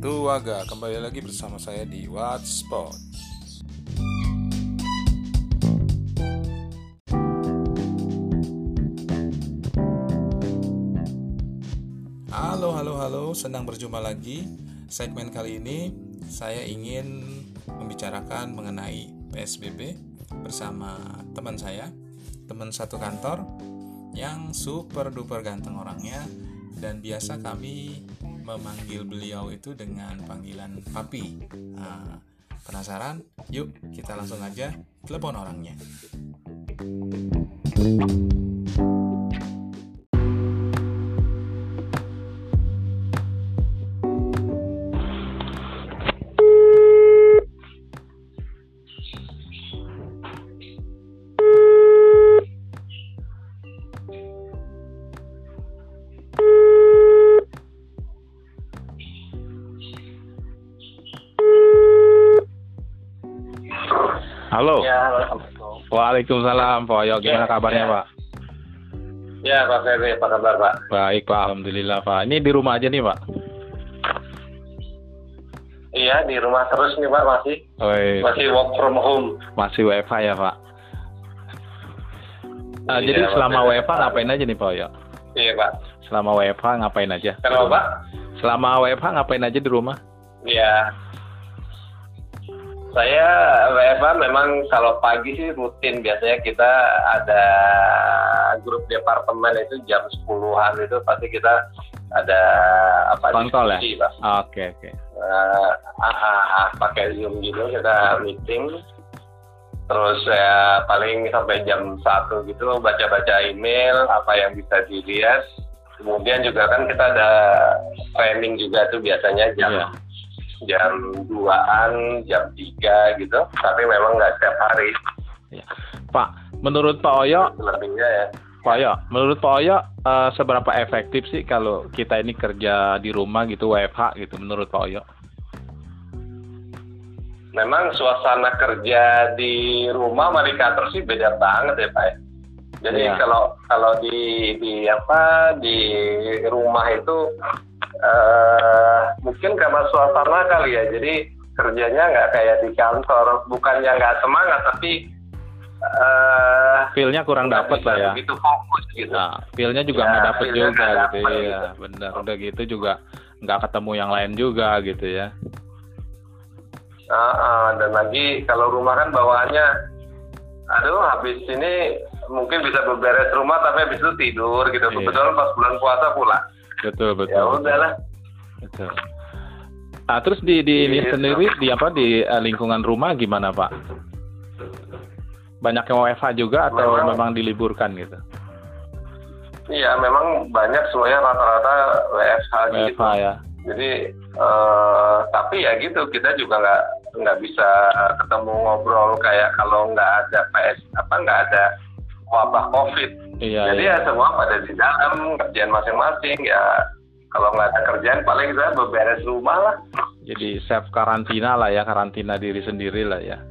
Tuaga, kembali lagi bersama saya di Whatspot. Halo, senang berjumpa lagi. Segmen kali ini saya ingin membicarakan mengenai PSBB bersama teman saya, teman satu kantor yang super duper ganteng orangnya, dan biasa kami memanggil beliau itu dengan panggilan Papi. Penasaran? Yuk kita langsung aja telepon orangnya. Halo. Ya, Waalaikumsalam Pak Oyo. Gimana kabarnya Pak? Ya Pak Ferry, apa kabar Pak? Baik Pak, Alhamdulillah Pak. Ini di rumah aja nih Pak? Iya, di rumah terus nih Pak, masih work from home. Masih WFH ya Pak? Iya, jadi selama Pak. WFH ngapain aja nih Pak Oyo? Iya Pak. Selama WFH ngapain aja? Kenapa Pak? Selama WFH ngapain aja di rumah? Iya. Saya WFH memang kalau pagi sih rutin, biasanya kita ada grup departemen itu jam 10-an itu pasti kita ada Kontrol diskusi, ya? Pak. Oke. Pakai Zoom gitu kita meeting. Terus saya paling sampai jam 1 gitu baca-baca email apa yang bisa dilihat. Kemudian juga kan kita ada training juga tuh biasanya jam 2-an, jam 3 gitu, tapi memang nggak setiap hari. Ya. Pak, menurut Pak Oyo, Lebihnya ya. Pak Oyo, menurut Pak Oyo seberapa efektif sih kalau kita ini kerja di rumah gitu, WFH gitu, menurut Pak Oyo? Memang suasana kerja di rumah sama di kantor sih beda banget ya Pak. Jadi kalau di rumah itu mungkin karena suasana kali ya, jadi kerjanya nggak kayak di kantor, bukannya nggak semangat tapi feel-nya kurang dapet lah ya. Begitu fokus gitu. Nah, feel-nya juga nggak dapet juga gitu ya. Gitu. Benar, udah gitu juga nggak ketemu yang lain juga gitu ya. Dan lagi kalau rumah kan bawaannya, habis ini mungkin bisa beberes rumah tapi habis itu tidur gitu. Iya. Kebetulan pas bulan puasa pulang. Betul. Ya udahlah. Betul. Nah, terus di ini Gitu. sendiri di lingkungan rumah gimana Pak? Banyak yang WFH juga atau memang diliburkan gitu? Iya, memang banyak semuanya rata-rata WFH gitu. WFH ya. Jadi tapi ya gitu, kita juga nggak bisa ketemu ngobrol kayak kalau nggak ada nggak ada wabah COVID. Iya. Jadi ya semua pada di dalam kerjaan masing-masing ya. Kalau nggak ada kerjaan paling saya beberes rumah lah. Jadi self karantina lah ya, karantina diri sendiri lah ya.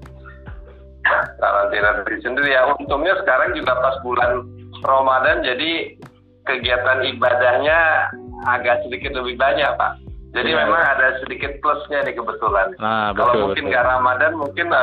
Karantina diri sendiri ya. Untungnya sekarang juga pas bulan Ramadan, jadi kegiatan ibadahnya agak sedikit lebih banyak Pak. Jadi memang ada sedikit plusnya nih kebetulan. Nah, kalau mungkin nggak Ramadan, mungkin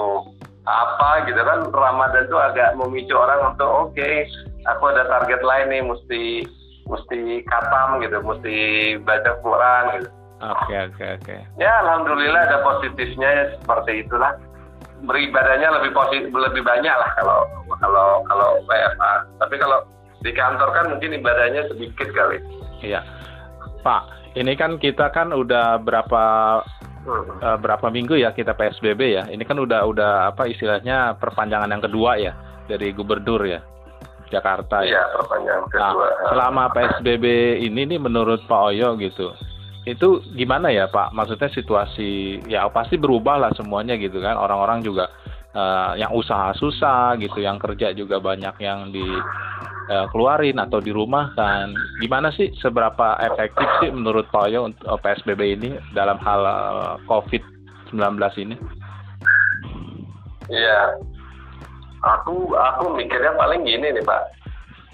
apa gitu kan, Ramadan tuh agak memicu orang untuk aku ada target lain nih, mesti khatam gitu, mesti baca Quran gitu. Oke. Ya alhamdulillah ada positifnya seperti itulah. Beribadahnya lebih banyak lah kalau WFH. Tapi kalau di kantor kan mungkin ibadahnya sedikit kali. Iya. Pak, ini kan kita kan udah berapa minggu ya kita PSBB ya. Ini kan udah istilahnya perpanjangan yang kedua ya dari gubernur ya Jakarta ya. Iya, perpanjangan kedua. Nah, selama PSBB ini nih menurut Pak Oyo gitu, itu gimana ya Pak? Maksudnya situasi ya pasti berubah lah semuanya gitu kan. Orang-orang juga yang usaha susah gitu, yang kerja juga banyak yang dikeluarin atau di rumah kan. Gimana sih, seberapa efektif sih menurut Pak Oyo untuk PSBB ini dalam hal COVID-19 ini? Iya. Aku mikirnya paling gini nih Pak.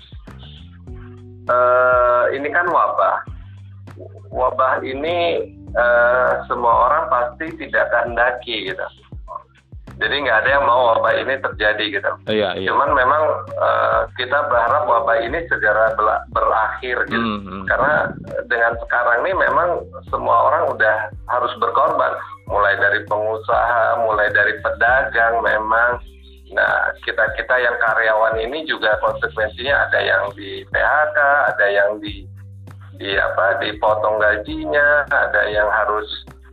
Ini kan wabah ini semua orang pasti tidak kehendaki gitu. Jadi nggak ada yang mau wabah ini terjadi gitu. Iya. Cuman memang kita berharap wabah ini segera berakhir gitu. Karena dengan sekarang ini memang semua orang udah harus berkorban. Mulai dari pengusaha, mulai dari pedagang memang. Nah, kita yang karyawan ini juga konsekuensinya ada yang di PHK, ada yang dipotong gajinya, ada yang harus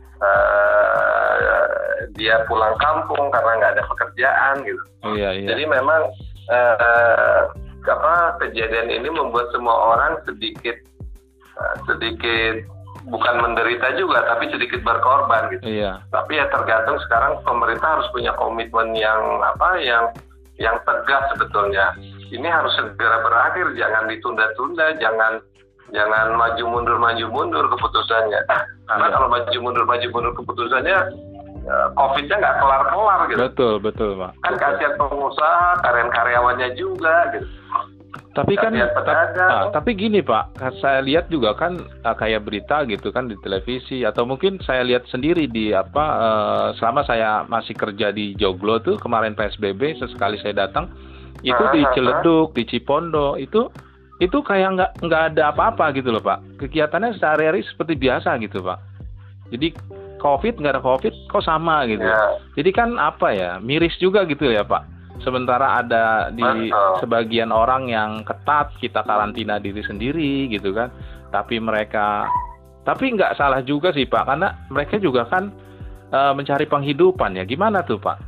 dia pulang kampung karena nggak ada pekerjaan gitu. Iya. Jadi memang kejadian ini membuat semua orang sedikit bukan menderita juga, tapi sedikit berkorban gitu. Iya. Tapi ya tergantung sekarang pemerintah harus punya komitmen yang tegas sebetulnya. Ini harus segera berakhir, jangan ditunda-tunda, jangan maju mundur keputusannya. Karena kalau maju mundur keputusannya, COVID-nya nggak kelar-kelar gitu. Betul Pak. Kan kasihan pengusaha, karyawannya juga gitu. Tapi kan tapi gini Pak, saya lihat juga kan kayak berita gitu kan di televisi, atau mungkin saya lihat sendiri di selama saya masih kerja di Joglo tuh kemarin PSBB, sesekali saya datang itu di Ciledug, di Cipondo itu kayak nggak ada apa-apa gitu loh Pak. Kegiatannya sehari-hari seperti biasa gitu Pak. Jadi COVID nggak ada COVID kok sama gitu. Jadi kan miris juga gitu ya Pak. Sementara ada di sebagian orang yang ketat, kita karantina diri sendiri gitu kan. Tapi nggak salah juga sih Pak, karena mereka juga kan mencari penghidupan ya. Gimana tuh Pak?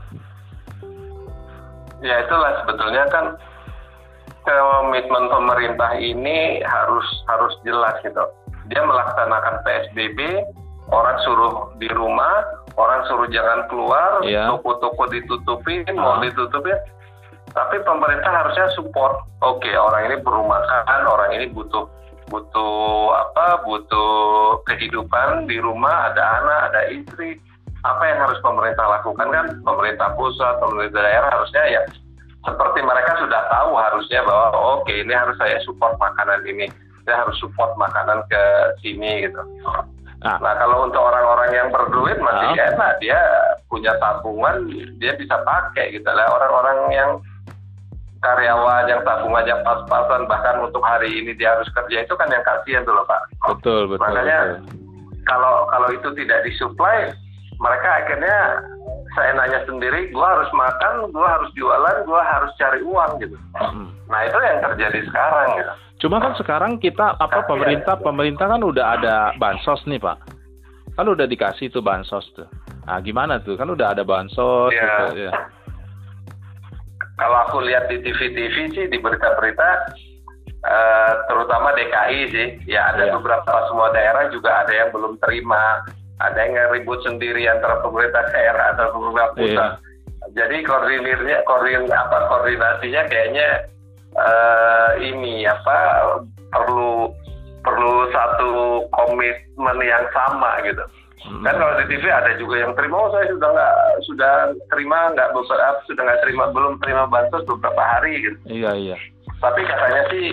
Ya itulah sebetulnya kan komitmen pemerintah ini harus jelas gitu. Dia melaksanakan PSBB, orang suruh di rumah, orang suruh jangan keluar, toko-toko ditutupin, mau ditutupin. Tapi pemerintah harusnya support. Oke, orang ini perlu makan, orang ini butuh kehidupan di rumah, ada anak, ada istri. Apa yang harus pemerintah lakukan kan? Pemerintah pusat, pemerintah daerah harusnya ya seperti mereka sudah tahu harusnya bahwa oke, ini harus saya support makanan ini, saya harus support makanan ke sini gitu. Nah kalau untuk orang-orang yang berduit masih enak, dia punya tabungan, dia bisa pakai gitu lah. Orang-orang yang karyawan yang tabungannya pas-pasan, bahkan untuk hari ini dia harus kerja, itu kan yang kasihan tuh loh Pak. Betul. Makanya kalau itu tidak disuplai, mereka akhirnya saya nanya sendiri, gue harus makan, gue harus jualan, gue harus cari uang gitu. Nah itu yang terjadi sekarang gitu. Cuma kan sekarang kita pemerintah kan udah ada bansos nih Pak. Kan udah dikasih tuh bansos tuh. Nah gimana tuh? Kan udah ada bansos gitu ya. Kalau aku lihat di TV sih, di berita-berita terutama DKI sih, ya ada beberapa semua daerah juga ada yang belum terima. Ada yang ribut sendiri antara pemerintah daerah atau pemerintah pusat. Jadi koordinasinya kayaknya perlu satu komitmen yang sama gitu. Kan kalau di TV ada juga yang terima, saya sudah terima belum terima bansos beberapa hari gitu. Iya. Tapi katanya sih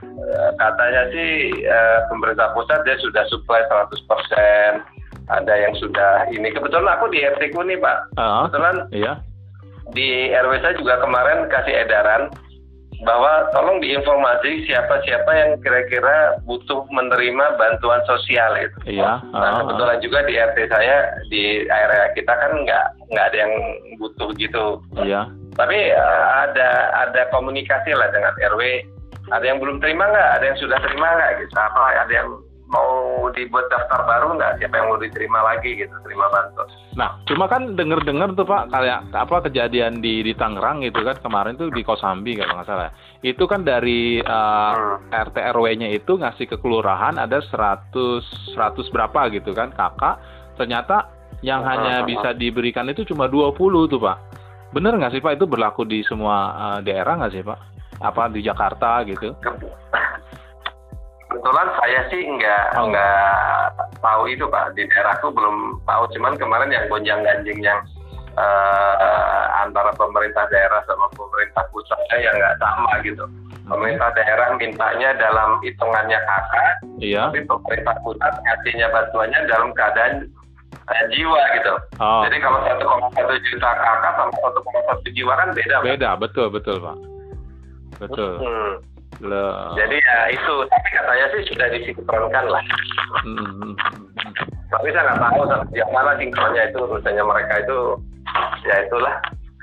pemerintah pusat dia sudah supply 100%. Ada yang sudah ini. Kebetulan aku di RT ku nih Pak. Kebetulan di RW saya juga kemarin kasih edaran bahwa tolong diinformasi siapa-siapa yang kira-kira butuh menerima bantuan sosial itu. Nah kebetulan juga di RT saya, di area kita kan nggak ada yang butuh gitu. Tapi ada komunikasi lah dengan RW. Ada yang belum terima nggak? Ada yang sudah terima nggak? Gitu. Ada yang mau dibuat daftar baru nggak? Siapa yang mau diterima lagi gitu, terima bantuan. Nah, cuma kan dengar tuh Pak, kayak kejadian di Tangerang gitu kan kemarin tuh di Kosambi kalau nggak salah. Itu kan dari RT RW-nya itu ngasih ke kelurahan ada 100 berapa gitu kan kakak. Ternyata yang hanya bisa diberikan itu cuma 20 tuh Pak. Bener nggak sih Pak, itu berlaku di semua daerah nggak sih Pak? Apa di Jakarta gitu? Kebetulan saya sih nggak tahu itu Pak, di daerahku belum tahu. Cuman kemarin yang gonjang-ganjing yang antara pemerintah daerah sama pemerintah pusatnya yang nggak sama gitu. Pemerintah daerah mintanya dalam hitungannya KK, Iya. tapi pemerintah pusat ngasihnya bantuannya dalam keadaan jiwa gitu. Oh. Jadi kalau 1,1 juta KK sama 1,1 jiwa kan beda. Beda, betul Pak. Betul. Jadi ya itu, tapi katanya sih sudah disinkronkan lah. Tapi saya nggak tahu sejauh mana sinkronnya itu, urusannya mereka itu, ya itulah.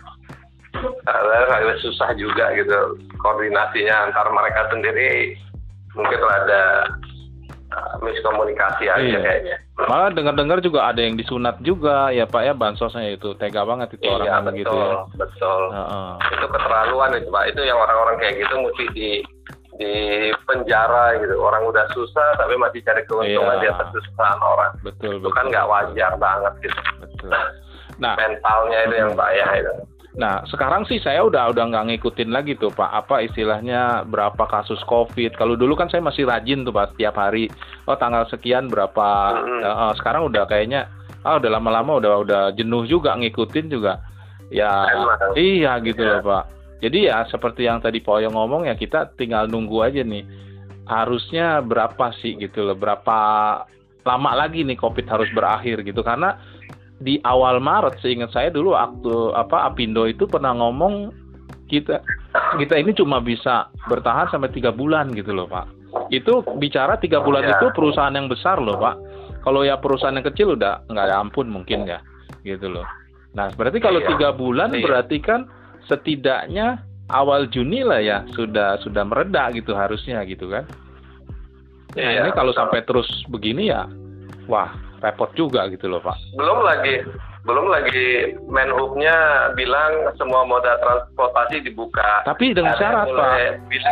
Agak susah juga gitu koordinasinya antar mereka sendiri, mungkin ada miskomunikasi aja kayaknya. Malah dengar-dengar juga ada yang disunat juga ya Pak ya, bansosnya itu tega banget itu orang gitu ya. Betul. Itu keterlaluan itu Pak. Itu yang orang-orang kayak gitu mesti di penjara gitu. Orang udah susah tapi masih cari keuntungan di atas kesusahan orang. Betul. Itu kan nggak wajar banget gitu. Betul. Nah, mentalnya itu yang bahaya itu. Nah, sekarang sih saya udah nggak ngikutin lagi tuh Pak, apa istilahnya berapa kasus COVID. Kalau dulu kan saya masih rajin tuh Pak, setiap hari. Oh, tanggal sekian berapa. Sekarang udah kayaknya, udah lama-lama udah jenuh juga ngikutin juga. Ya, iya gitu loh Pak. Jadi ya seperti yang tadi Pak Oyo ngomong ya, kita tinggal nunggu aja nih. Harusnya berapa sih gitu loh, berapa lama lagi nih COVID harus berakhir gitu. Karena di awal Maret seingat saya dulu waktu Apindo itu pernah ngomong kita ini cuma bisa bertahan sampai 3 bulan gitu loh Pak. Itu bicara 3 bulan itu perusahaan yang besar loh Pak. Kalau ya perusahaan yang kecil udah nggak ada ampun mungkin ya gitu loh. Nah berarti kalau 3 bulan berarti kan setidaknya awal Juni lah ya sudah mereda gitu harusnya gitu kan. Nah, ini kalau sampai terus begini ya wah repot juga gitu loh Pak. Belum lagi Menhub-nya bilang semua moda transportasi dibuka. Tapi dengan syarat Pak. Bilang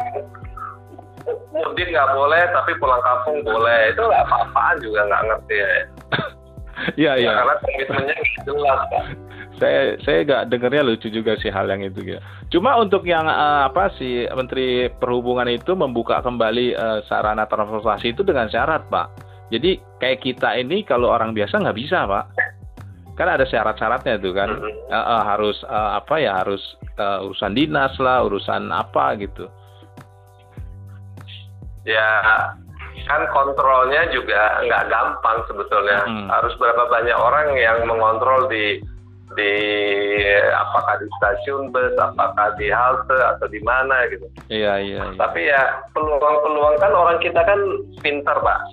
mudik nggak boleh, tapi pulang kampung boleh. Itu apa-apaan juga nggak ngerti ya. Iya. Karena komitmennya nggak jelas Pak. Saya nggak dengarnya lucu juga sih hal yang itu gitu. Cuma untuk yang si Menteri Perhubungan itu membuka kembali sarana transportasi itu dengan syarat Pak. Jadi kayak kita ini kalau orang biasa nggak bisa Pak, kan ada syarat-syaratnya tuh kan, harus harus urusan dinas lah, urusan apa gitu. Ya kan kontrolnya juga nggak gampang sebetulnya. Harus berapa banyak orang yang mengontrol di apakah di stasiun bus, apakah di halte atau di mana gitu. Iya. Tapi ya peluang kan orang kita kan pintar Pak.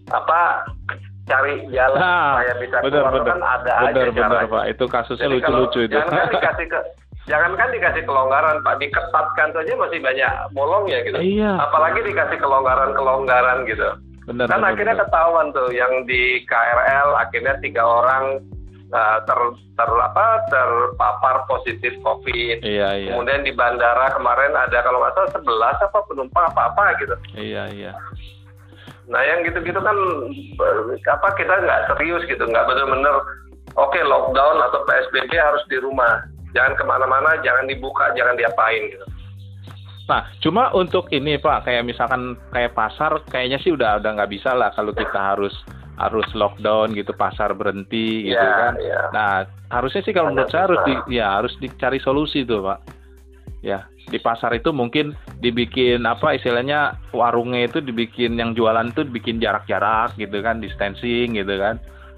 Cari jalan supaya bisa keluar kan ada aja caranya. Pak. Itu kasusnya lucu-lucu itu. Jangankan dikasih kelonggaran Pak, diketatkan saja masih banyak bolongnya gitu. Iya. Apalagi dikasih kelonggaran gitu. Kan akhirnya ketahuan tuh yang di KRL akhirnya 3 orang terpapar positif COVID. Iya. Kemudian di bandara kemarin ada kalau nggak salah 11 penumpang apa gitu. Iya. Nah yang gitu-gitu kan kita nggak serius gitu, nggak benar-benar lockdown atau PSBB harus di rumah, jangan kemana-mana, jangan dibuka, jangan diapain gitu. Nah cuma untuk ini Pak, kayak misalkan kayak pasar kayaknya sih udah nggak bisa lah kalau kita harus lockdown gitu, pasar berhenti gitu kan. Yeah. Nah harusnya sih kalau menurut saya harus dicari solusi tuh Pak. Ya, di pasar itu mungkin dibikin istilahnya warungnya itu dibikin, yang jualan tuh dibikin jarak-jarak gitu kan, distancing gitu kan.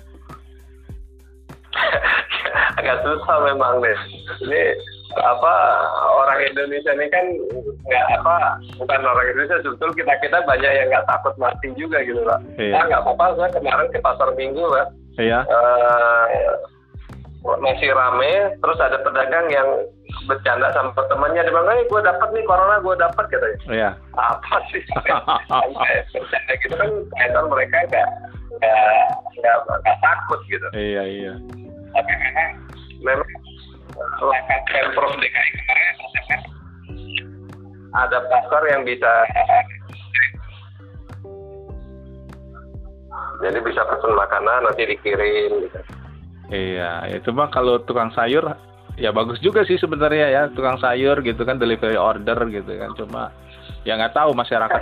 Agak susah memang deh. Ini orang Indonesia ini kan bukan orang Indonesia, sebetulnya kita banyak yang nggak takut mati juga gitu Pak. Iya. Nah nggak apa-apa, saya kemarin ke pasar Minggu Pak. Iya. Masih rame, terus ada pedagang yang bercanda sama temannya, dia bilang, gue dapat nih corona, gue dapat katanya. Iya. Apa sih? Bercanda gitu kan, kaitan mereka nggak takut gitu. Iya. Tapi memang langkah Pemprov DKI kemarin ada pasar yang bisa, jadi bisa pesan makanan nanti dikirim gitu. Iya, itu mah kalau tukang sayur ya bagus juga sih sebenarnya ya, tukang sayur gitu kan, delivery order gitu kan. Cuma ya nggak tahu masyarakat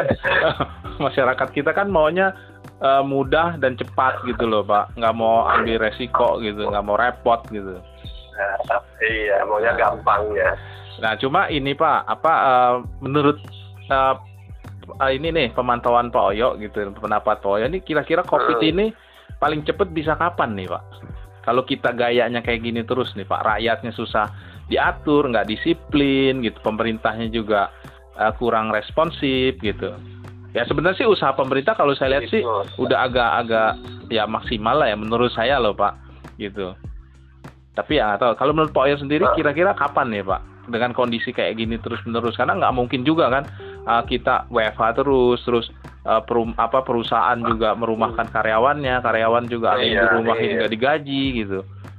kita kan maunya mudah dan cepat gitu loh Pak, nggak mau ambil resiko gitu, nggak mau repot gitu. Iya, maunya gampang ya. Nah, cuma ini Pak, menurut ini nih pemantauan Pak Oyo gitu, pendapat Pak Oyo ini kira-kira COVID ini paling cepet bisa kapan nih Pak? Kalau kita gayanya kayak gini terus nih Pak, rakyatnya susah diatur, nggak disiplin gitu, pemerintahnya juga kurang responsif gitu. Ya sebenarnya sih usaha pemerintah kalau saya lihat sih udah agak-agak ya maksimal lah ya menurut saya loh Pak gitu. Tapi ya kalau menurut Pak Oyo sendiri kira-kira kapan nih Pak dengan kondisi kayak gini terus-menerus, karena nggak mungkin juga kan kita WFH terus perusahaan juga merumahkan karyawannya, karyawan juga ada yang dirumahin nggak digaji gitu.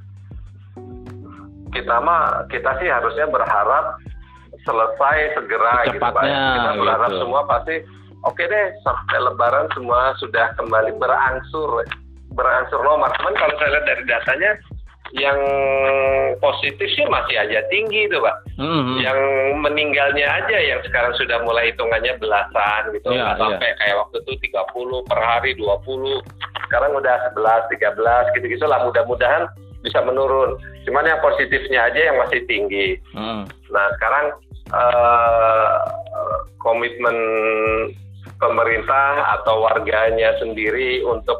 Kita sih harusnya berharap selesai segera secepatnya, gitu Pak. Kita berharap gitu. semua pasti oke deh sampai Lebaran semua sudah kembali berangsur normal. Cuman kalau saya lihat dari datanya yang positif sih masih aja tinggi itu Pak. Yang meninggalnya aja yang sekarang sudah mulai hitungannya belasan gitu. Nggak sampai kayak waktu itu 30 per hari, 20. Sekarang udah 11, 13 gitu-gitu lah. Mudah-mudahan bisa menurun. Cuman yang positifnya aja yang masih tinggi. Nah sekarang komitmen pemerintah atau warganya sendiri untuk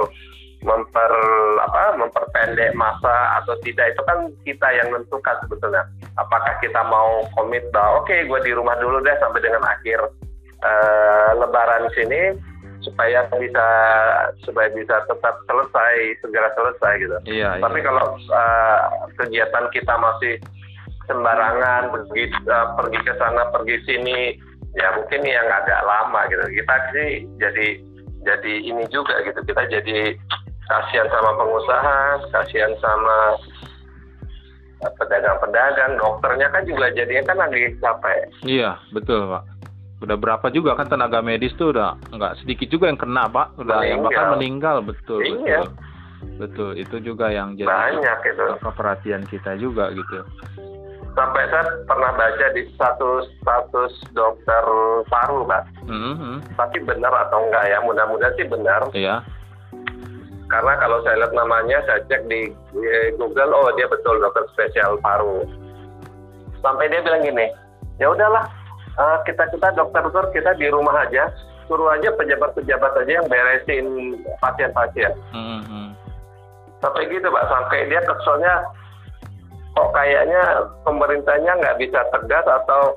memperpendek masa atau tidak itu kan kita yang menentukan sebetulnya. Apakah kita mau komit bahwa oke, gue di rumah dulu deh sampai dengan akhir Lebaran sini supaya bisa tetap segera selesai gitu. Tapi kalau kegiatan kita masih sembarangan pergi ke sana pergi sini ya mungkin yang agak lama gitu. Kita sih jadi ini juga gitu, kita jadi kasihan sama pengusaha, kasihan sama pedagang-pedagang, dokternya kan juga jadinya kan lagi capek. Iya betul Pak. Udah berapa juga kan tenaga medis tuh udah nggak sedikit juga yang kena Pak, udah yang bahkan meninggal. Betul. Itu juga yang jadi banyak itu perhatian kita juga gitu. Sampai saya pernah baca di status dokter paru Pak. Tapi benar atau enggak ya, mudah-mudahan sih benar. Iya. Karena kalau saya lihat namanya, saya cek di Google, oh dia betul dokter spesial paru. Sampai dia bilang gini, ya udahlah, kita dokter kita di rumah aja, suruh aja pejabat-pejabat aja yang beresin pasien-pasien. Sampai gitu Pak, sampai dia keselnya, kok kayaknya pemerintahnya nggak bisa tegas atau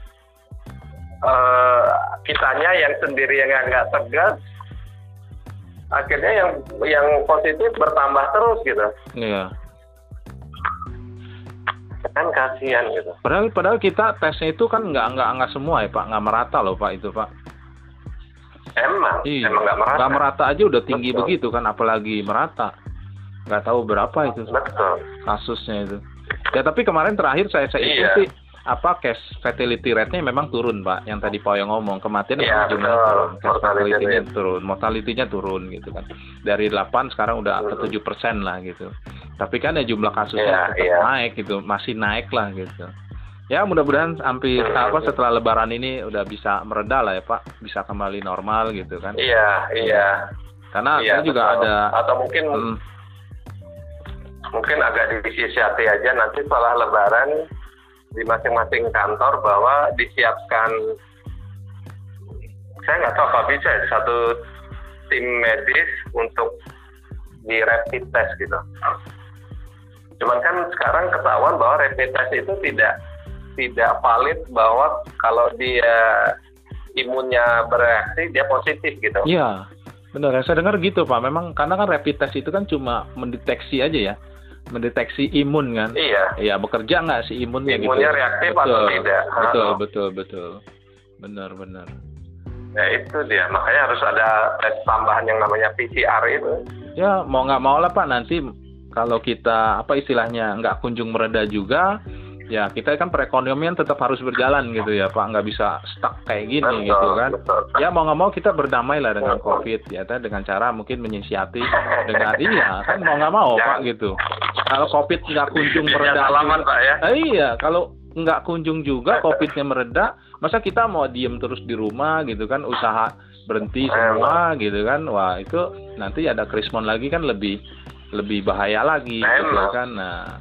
kitanya yang sendiri yang nggak tegas. Akhirnya yang positif bertambah terus gitu. Iya. Kan kasihan gitu. Padahal kita tesnya itu kan nggak semua ya Pak, nggak merata loh Pak itu Pak. Emang nggak merata. Nggak merata aja udah tinggi begitu kan, apalagi merata. Nggak tahu berapa itu kasusnya itu. Ya tapi kemarin terakhir saya ikuti case fatality rate-nya memang turun Pak, yang tadi Pak yang ngomong kematian jumlahnya turun, mortality-nya turun gitu kan, dari 8 sekarang udah ke 7% lah gitu. Tapi kan ya jumlah kasusnya tetap naik gitu, masih naik lah gitu. Ya mudah-mudahan setelah Lebaran ini udah bisa mereda lah ya Pak, bisa kembali normal gitu kan. Iya. Karena saya juga ada atau mungkin agak disiasati aja nanti setelah Lebaran di masing-masing kantor bahwa disiapkan, saya nggak tahu apa bisa satu tim medis untuk di rapid test gitu. Cuman kan sekarang ketahuan bahwa rapid test itu tidak valid bahwa kalau dia imunnya bereaksi dia positif gitu. Iya, benar. Saya dengar gitu Pak. Memang karena kan rapid test itu kan cuma mendeteksi aja ya. Mendeteksi imun kan. Iya, bekerja nggak si imunnya gitu. Imunnya reaktif atau tidak. Betul. Benar. Ya itu dia, makanya harus ada tes tambahan yang namanya PCR itu. Ya, mau nggak mau lah Pak, nanti kalau kita istilahnya nggak kunjung mereda juga, ya kita kan perekonomian tetap harus berjalan gitu ya Pak, nggak bisa stuck kayak gini gitu kan. Ya mau nggak mau kita berdamai lah dengan COVID ya, dengan cara mungkin menyiasati dengan kan mau nggak mau Pak gitu. Kalau COVID nggak kunjung mereda, Pak ya. Iya, kalau nggak kunjung juga COVID-nya mereda, masa kita mau diem terus di rumah gitu kan, usaha berhenti semua gitu kan. Wah itu nanti ada krismon lagi kan lebih bahaya lagi gitu kan. Nah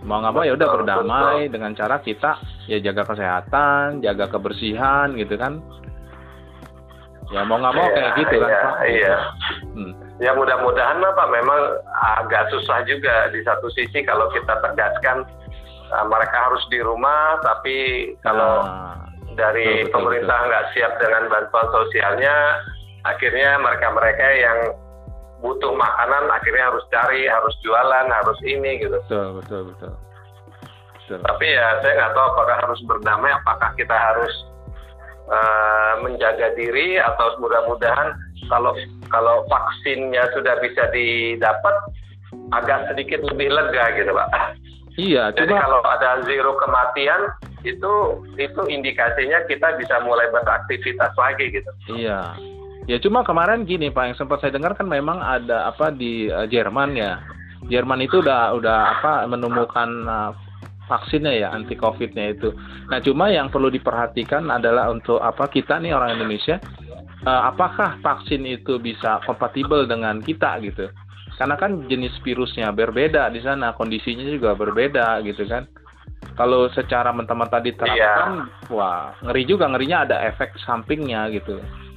Mau nggak mau ya udah Betul, berdamai dengan cara kita ya jaga kesehatan, jaga kebersihan gitu kan. Ya mau nggak mau Iya, kayak gitu kan iya, Pak. iya. Hmm. Ya mudah-mudahan Pak, memang agak susah juga di satu sisi kalau kita tegaskan mereka harus di rumah, tapi kalau dari betul, pemerintah nggak siap dengan bantuan sosialnya, akhirnya mereka-mereka yang butuh makanan akhirnya harus cari, harus jualan, harus ini gitu. Betul. Tapi ya saya nggak tahu apakah harus berdamai, apakah kita harus menjaga diri, atau mudah-mudahan kalau vaksinnya sudah bisa didapat agak sedikit lebih lega gitu Pak. Iya. Jadi kalau ada zero kematian itu indikasinya kita bisa mulai beraktivitas lagi gitu. Iya. Ya cuma kemarin gini Pak, yang sempat saya dengar kan memang ada apa di Jerman ya. Jerman itu udah menemukan vaksinnya ya, anti COVID-nya itu. Nah cuma yang perlu diperhatikan adalah untuk kita nih orang Indonesia, apakah vaksin itu bisa kompatibel dengan kita gitu. Karena kan jenis virusnya berbeda di sana, kondisinya juga berbeda gitu kan. Kalau secara mentah-mentah diterapkan, wah ngerinya ada efek sampingnya gitu.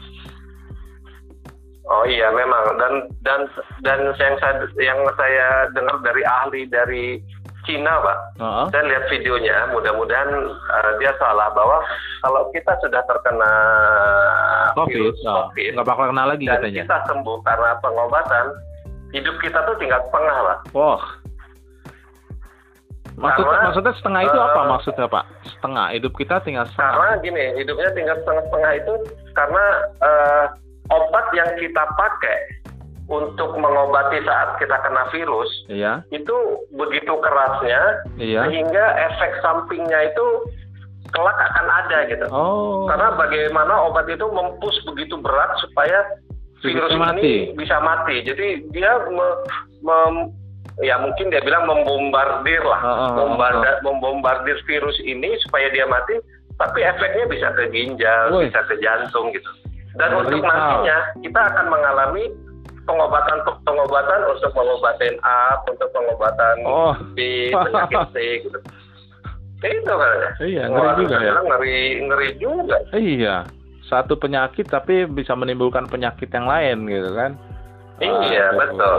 Oh iya memang, dan yang saya dengar dari ahli dari Cina Pak, saya lihat videonya, mudah-mudahan dia salah, bahwa kalau kita sudah terkena virus COVID, nggak bakal kena lagi dan katanya. kita sembuh karena pengobatan, hidup kita tuh tinggal setengah Pak. Wah. Maksudnya setengah itu apa maksudnya Pak? Setengah, hidup kita tinggal setengah. Karena gini, hidupnya tinggal setengah itu karena obat yang kita pakai untuk mengobati saat kita kena virus, itu begitu kerasnya, sehingga efek sampingnya itu kelak akan ada gitu. Karena bagaimana obat itu mempush begitu berat supaya virus ini bisa mati. Jadi dia ya mungkin dia bilang membombardir lah, membombardir virus ini supaya dia mati, tapi efeknya bisa ke ginjal, bisa ke jantung gitu. Dan untuk nantinya kita akan mengalami pengobatan untuk pengobatan A, untuk pengobatan B, penyakit C gitu. Itu kan. Iya, ngeri juga ya. Ngeri juga. Iya. Satu penyakit tapi bisa menimbulkan penyakit yang lain gitu kan. Iya, betul.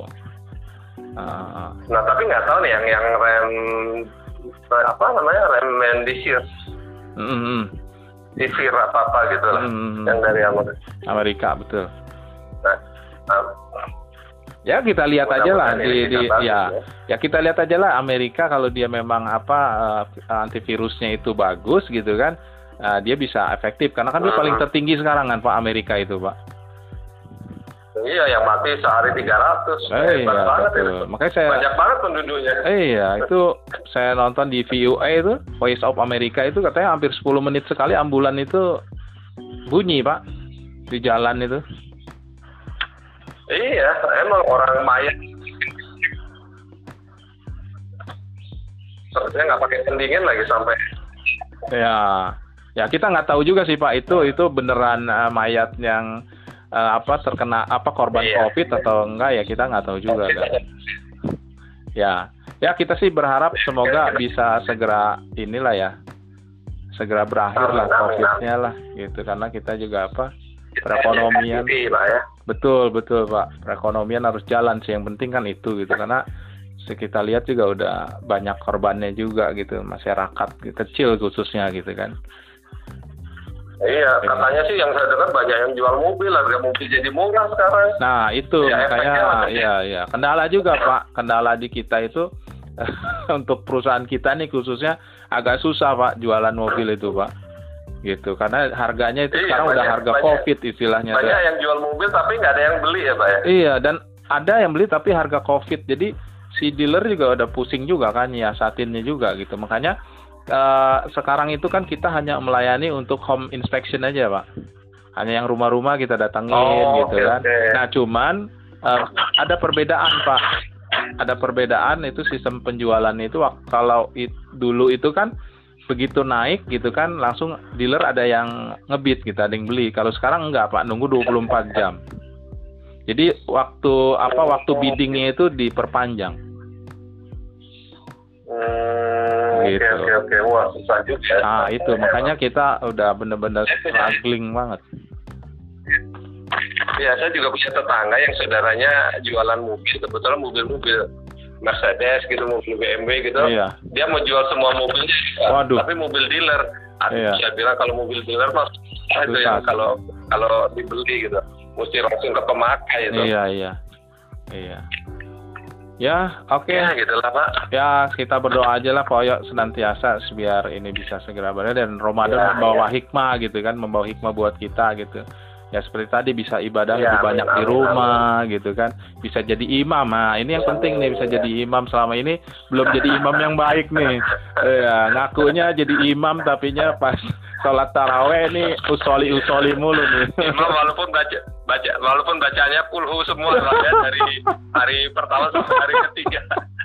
Nah, tapi nggak tahu nih yang remdesivir. Sivir apa gitu lah. Yang dari Amerika betul. Nah, ya kita lihat aja lah ya kita lihat aja lah Amerika, kalau dia memang antivirusnya itu bagus gitu kan, dia bisa efektif karena kan dia paling tertinggi sekarang kan Pak, Amerika itu Pak. Iya, yang mati sehari 300. Hebat banget itu. Makanya banyak banget penduduknya. Iya, itu saya nonton di VOA itu, Voice of America itu katanya hampir 10 menit sekali ambulan itu bunyi Pak di jalan itu. Iya, emang orang mayat. Saya nggak pakai pendingin lagi sampai. Ya kita nggak tahu juga sih Pak, itu beneran mayat yang terkena korban COVID atau enggak, ya kita nggak tahu juga kan. Ya kita sih berharap semoga bisa segera segera berakhir lah COVID-nya lah gitu, karena kita juga perekonomian. Betul Pak, perekonomian harus jalan sih, yang penting kan itu gitu, karena kita lihat juga udah banyak korbannya juga gitu, masyarakat kecil khususnya gitu kan. Iya, katanya sih yang saya dengar banyak yang jual mobil, harga mobil jadi murah sekarang. Nah itu makanya ya kendala juga Pak, kendala di kita itu untuk perusahaan kita nih khususnya agak susah Pak jualan mobil itu Pak. Gitu, karena harganya itu sekarang udah harga COVID istilahnya. Banyak yang jual mobil tapi nggak ada yang beli ya Pak ya? Iya, dan ada yang beli tapi harga COVID, jadi si dealer juga udah pusing juga kan nyiasatinnya juga gitu. Makanya sekarang itu kan kita hanya melayani untuk home inspection aja Pak, hanya yang rumah-rumah kita datangin gitu kan. Nah cuman ada perbedaan Pak, ada perbedaan itu sistem penjualan itu. Kalau dulu itu kan begitu naik gitu kan langsung dealer ada yang ngebid gitu, ada yang beli. Kalau sekarang enggak Pak, nunggu 24 jam. Jadi waktu biddingnya itu diperpanjang. gitu. Oke. Wah, susah juga. Nah, itu makanya kita udah bener-bener struggling banget. Ya, saya juga punya tetangga yang saudaranya jualan mobil, kebetulan mobil-mobil Mercedes gitu, mobil BMW gitu. Iya. Dia mau jual semua mobilnya, Waduh. tapi mobil dealer. Iya. Saya bilang kalau mobil dealer mah itu Susah. yang kalau dibeli gitu, mesti langsung ke pemakai itu. Iya. Ya, oke. Ya, gitulah Pak. Ya, kita berdoa aja lah Pak Oyo senantiasa biar ini bisa segera berakhir dan Ramadan Ya, membawa hikmah gitu kan, membawa hikmah buat kita gitu. Ya seperti tadi bisa ibadah Ya, lebih banyak amin, di rumah gitu kan, bisa jadi imam. Nah, ini yang penting nih, bisa jadi imam. Selama ini belum jadi imam yang baik nih. Ya, ngakunya jadi imam tapinya pas sholat taraweh ini usoli mulu nih. Imam walaupun bacanya kulhu semua lah ya, dari hari pertama sampai hari ketiga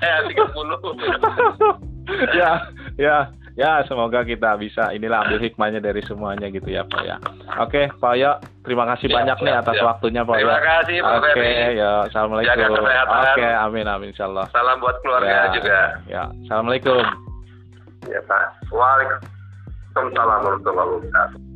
30. Ya, semoga kita bisa inilah ambil hikmahnya dari semuanya gitu ya Pak ya. Oke, Pak Oyo, terima kasih banyak nih atas waktunya Pak Oyo. Terima kasih Pak Ferry. Oke, ya, assalamualaikum. Jaga kesehatan. Oke, amin insyaallah. Salam buat keluarga juga. Ya, assalamualaikum. Ya Pak. Waalaikumsalam warahmatullahi wabarakatuh.